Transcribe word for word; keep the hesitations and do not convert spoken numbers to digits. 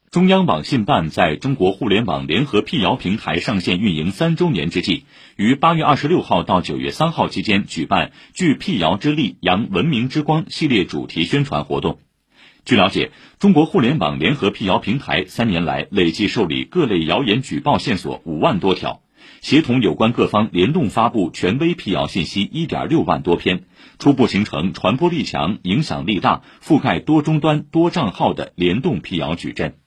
中央网信办在中国互联网联合辟谣平台上线运营三周年之际，于八月二十六号到九月三号期间举办聚辟谣之力扬文明之光系列主题宣传活动。据了解，中国互联网联合辟谣平台三年来累计受理各类谣言举报线索五万多条，协同有关各方联动发布权威辟谣信息 一点六万多篇，初步形成传播力强、影响力大、覆盖多终端多账号的联动辟谣矩阵。